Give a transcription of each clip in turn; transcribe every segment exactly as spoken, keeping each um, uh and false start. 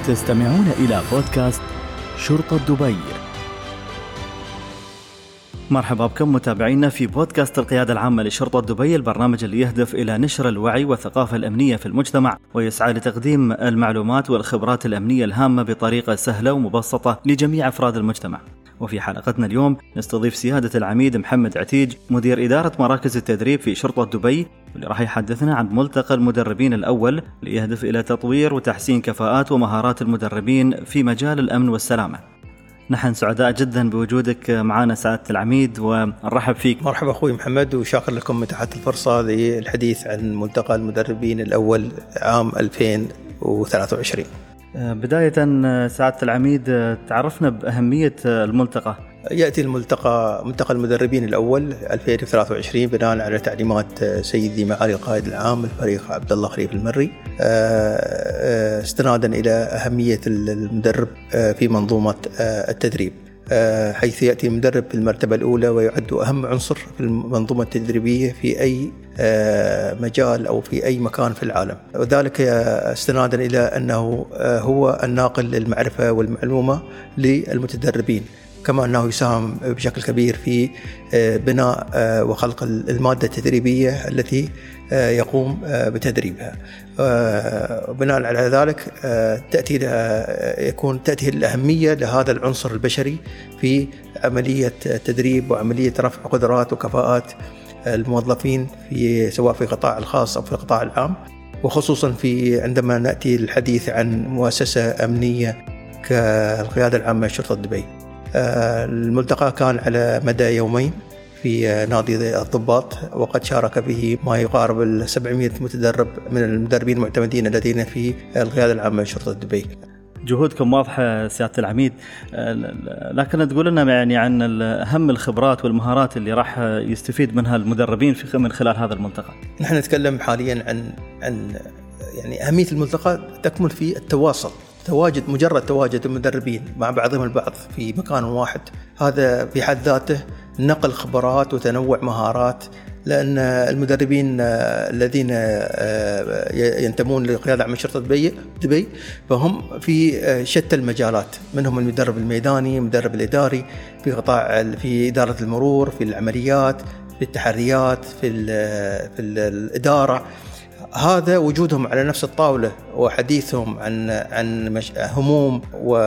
تستمعون إلى بودكاست شرطة دبي. مرحبا بكم متابعينا في بودكاست القيادة العامة لشرطة دبي، البرنامج اللي يهدف إلى نشر الوعي والثقافة الأمنية في المجتمع، ويسعى لتقديم المعلومات والخبرات الأمنية الهامة بطريقة سهلة ومبسطة لجميع أفراد المجتمع. وفي حلقتنا اليوم نستضيف سيادة العميد محمد عتيج، مدير إدارة مراكز التدريب في شرطة دبي، واللي راح يحدثنا عن ملتقى المدربين الأول اللي يهدف إلى تطوير وتحسين كفاءات ومهارات المدربين في مجال الأمن والسلامة. نحن سعداء جدا بوجودك معنا سعادة العميد ونرحب فيك. مرحبا أخوي محمد، وشاكر لكم متاحة الفرصة للحديث عن ملتقى المدربين الأول عام ألفين وثلاثة وعشرين. بداية سعادة العميد تعرفنا بأهمية الملتقى. يأتي الملتقى ملتقى المدربين الأول ألفين وثلاثة وعشرين بناء على تعليمات سيدي معالي القائد العام الفريق عبد الله خليفة المري، استنادا إلى أهمية المدرب في منظومة التدريب، حيث يأتي المدرب في المرتبة الأولى ويعد أهم عنصر في المنظومة التدريبية في أي مجال أو في أي مكان في العالم، وذلك استنادا إلى أنه هو الناقل للمعرفة والمعلومة للمتدربين، كما أنه يساهم بشكل كبير في بناء وخلق المادة التدريبية التي يقوم بتدريبها. بناء على ذلك تأتي يكون تأتي الأهمية لهذا العنصر البشري في عملية التدريب وعملية رفع قدرات وكفاءات الموظفين في سواء في القطاع الخاص أو في القطاع العام، وخصوصا في عندما نأتي الحديث عن مؤسسة أمنية كالقيادة العامة لشرطة دبي. الملتقى كان على مدى يومين في نادي الضباط، وقد شارك به ما يقارب السبعمائة متدرب من المدربين المعتمدين الذين في القيادة العامة لشرطة دبي. جهودكم واضحة سيادة العميد، لكن تقول لنا يعني عن أهم الخبرات والمهارات اللي راح يستفيد منها المدربين في من خلال هذا الملتقى. نحن نتكلم حاليا عن عن يعني أهمية الملتقى تكمن في التواصل، تواجد مجرد تواجد المدربين مع بعضهم البعض في مكان واحد، هذا في حد ذاته نقل خبرات وتنوع مهارات، لأن المدربين الذين ينتمون لقيادة عامة شرطة دبي فهم في شتى المجالات، منهم المدرب الميداني، المدرب الإداري في قطاع في إدارة المرور، في العمليات، في التحريات، في في الإدارة. هذا وجودهم على نفس الطاولة وحديثهم عن عن هموم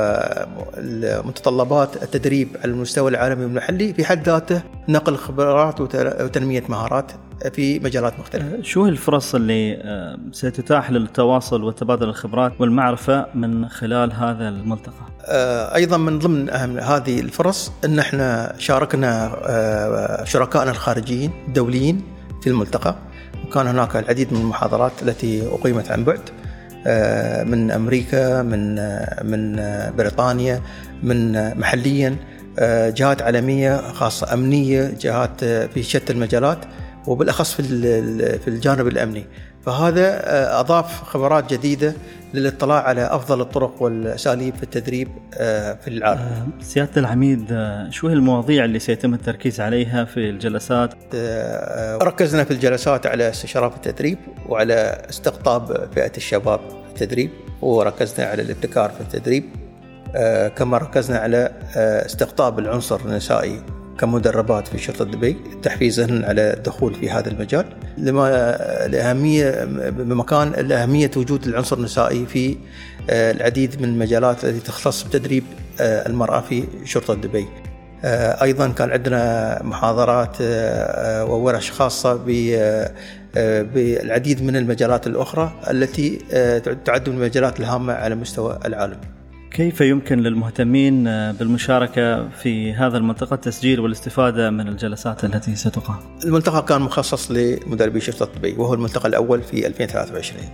ومتطلبات التدريب على المستوى العالمي والمحلي في حد ذاته نقل خبرات وتنمية مهارات في مجالات مختلفة. شو الفرص اللي ستتاح للتواصل وتبادل الخبرات والمعرفة من خلال هذا الملتقى؟ أيضا من ضمن أهم هذه الفرص أن احنا شاركنا شركائنا الخارجيين الدوليين في الملتقى، وكان هناك العديد من المحاضرات التي أقيمت عن بعد من أمريكا، من من بريطانيا، من محليا، جهات عالمية خاصة أمنية، جهات في شتى المجالات وبالأخص في في الجانب الأمني. فهذا أضاف خبرات جديدة للاطلاع على أفضل الطرق والأساليب في التدريب في العالم. سيادة العميد، شو هي المواضيع اللي سيتم التركيز عليها في الجلسات؟ ركزنا في الجلسات على استشارات التدريب وعلى استقطاب فئة الشباب في التدريب، وركزنا على الابتكار في التدريب، كما ركزنا على استقطاب العنصر النسائي كمدربات في شرطة دبي تحفيزا على الدخول في هذا المجال، لما الأهمية بمكان الأهمية وجود العنصر النسائي في العديد من المجالات التي تختص بتدريب المرأة في شرطة دبي. أيضا كان عندنا محاضرات وورش خاصة بالعديد من المجالات الأخرى التي تعد من المجالات الهامة على مستوى العالم. كيف يمكن للمهتمين بالمشاركة في هذا الملتقى التسجيل والاستفادة من الجلسات التي ستقام؟ الملتقى كان مخصص لمدربي شرطة دبي، وهو الملتقى الأول في ألفين وثلاثة وعشرين.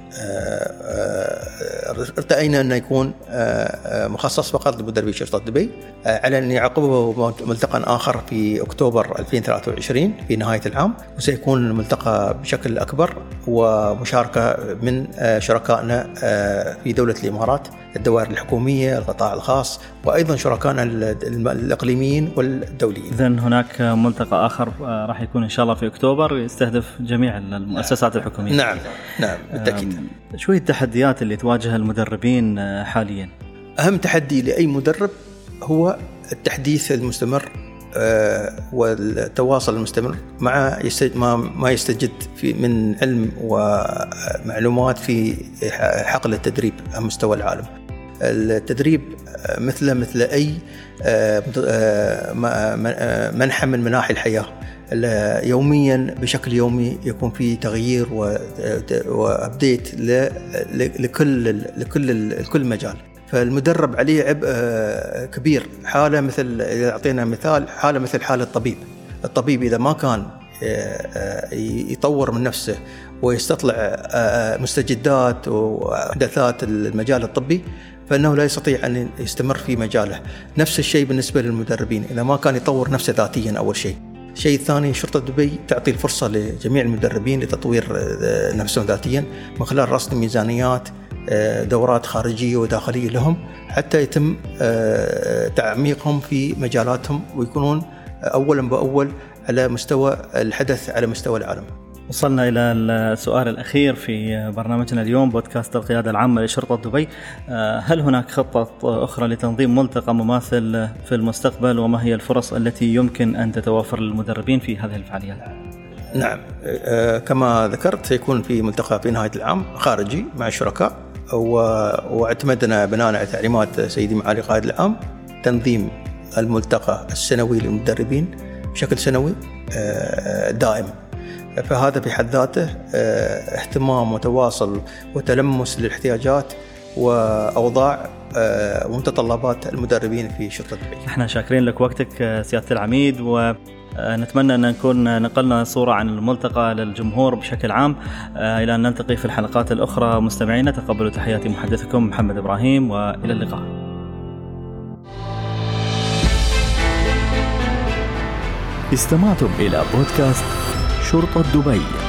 ارتأينا أن يكون مخصص فقط لمدربي شرطة دبي، على أن يعقبه ملتقى آخر في أكتوبر ألفين وثلاثة وعشرين في نهاية العام، وسيكون الملتقى بشكل أكبر ومشاركة من شركائنا في دولة الإمارات، الدوائر الحكومية الحكومية، القطاع الخاص، وأيضا شركائنا الإقليميين والدوليين. إذن هناك ملتقى آخر راح يكون إن شاء الله في أكتوبر يستهدف جميع المؤسسات الحكومية. نعم نعم بالتأكيد. شوية التحديات اللي تواجه المدربين حاليا؟ أهم تحدي لأي مدرب هو التحديث المستمر والتواصل المستمر مع ما يستجد في من علم ومعلومات في حقل التدريب على مستوى العالم. التدريب مثل مثل أي منحى من مناحي الحياة، يوميا بشكل يومي يكون في تغيير وأبديت لكل لكل لكل مجال. فالمدرب عليه عبء كبير. حالة مثل إذا أعطينا مثال، حالة مثل حالة الطبيب. الطبيب إذا ما كان يطور من نفسه ويستطلع مستجدات وأحداثات المجال الطبي فإنه لا يستطيع أن يستمر في مجاله. نفس الشيء بالنسبة للمدربين، إذا ما كان يطور نفسه ذاتيا أول شيء. الشيء الثاني، شرطة دبي تعطي الفرصة لجميع المدربين لتطوير نفسهم ذاتيا من خلال رصد ميزانيات، دورات خارجية وداخلية لهم، حتى يتم تعميقهم في مجالاتهم ويكونون أولا بأول على مستوى الحدث على مستوى العالم. وصلنا إلى السؤال الأخير في برنامجنا اليوم بودكاست القيادة العامة لشرطة دبي. هل هناك خطة أخرى لتنظيم ملتقى مماثل في المستقبل، وما هي الفرص التي يمكن أن تتوفر للمدربين في هذه الفعاليات؟ نعم، كما ذكرت سيكون في ملتقى في نهاية العام خارجي مع الشركاء، واعتمدنا بناء على تعليمات سيدي معالي قائد العام تنظيم الملتقى السنوي للمدربين بشكل سنوي دائم. فهذا بحد ذاته اهتمام وتواصل وتلمس للاحتياجات وأوضاع ومتطلبات المدربين في شرطة دبي. احنا شاكرين لك وقتك سيادة العميد، ونتمنى أن نكون نقلنا صورة عن الملتقى للجمهور بشكل عام. إلى أن نلتقي في الحلقات الأخرى مستمعينا، تقبلوا تحياتي محدثكم محمد إبراهيم، وإلى اللقاء. استمعتم إلى بودكاست شرطة دبي.